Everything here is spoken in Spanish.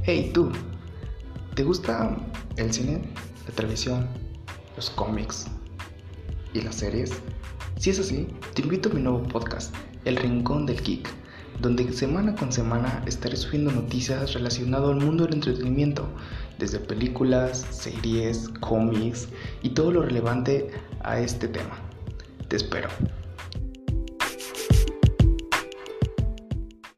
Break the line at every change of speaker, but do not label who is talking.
Hey tú, ¿te gusta el cine, la televisión, los cómics y las series? Si es así, te invito a mi nuevo podcast, El Rincón del Geek, donde semana con semana estaré subiendo noticias relacionadas al mundo del entretenimiento, desde películas, series, cómics y todo lo relevante a este tema. Te espero.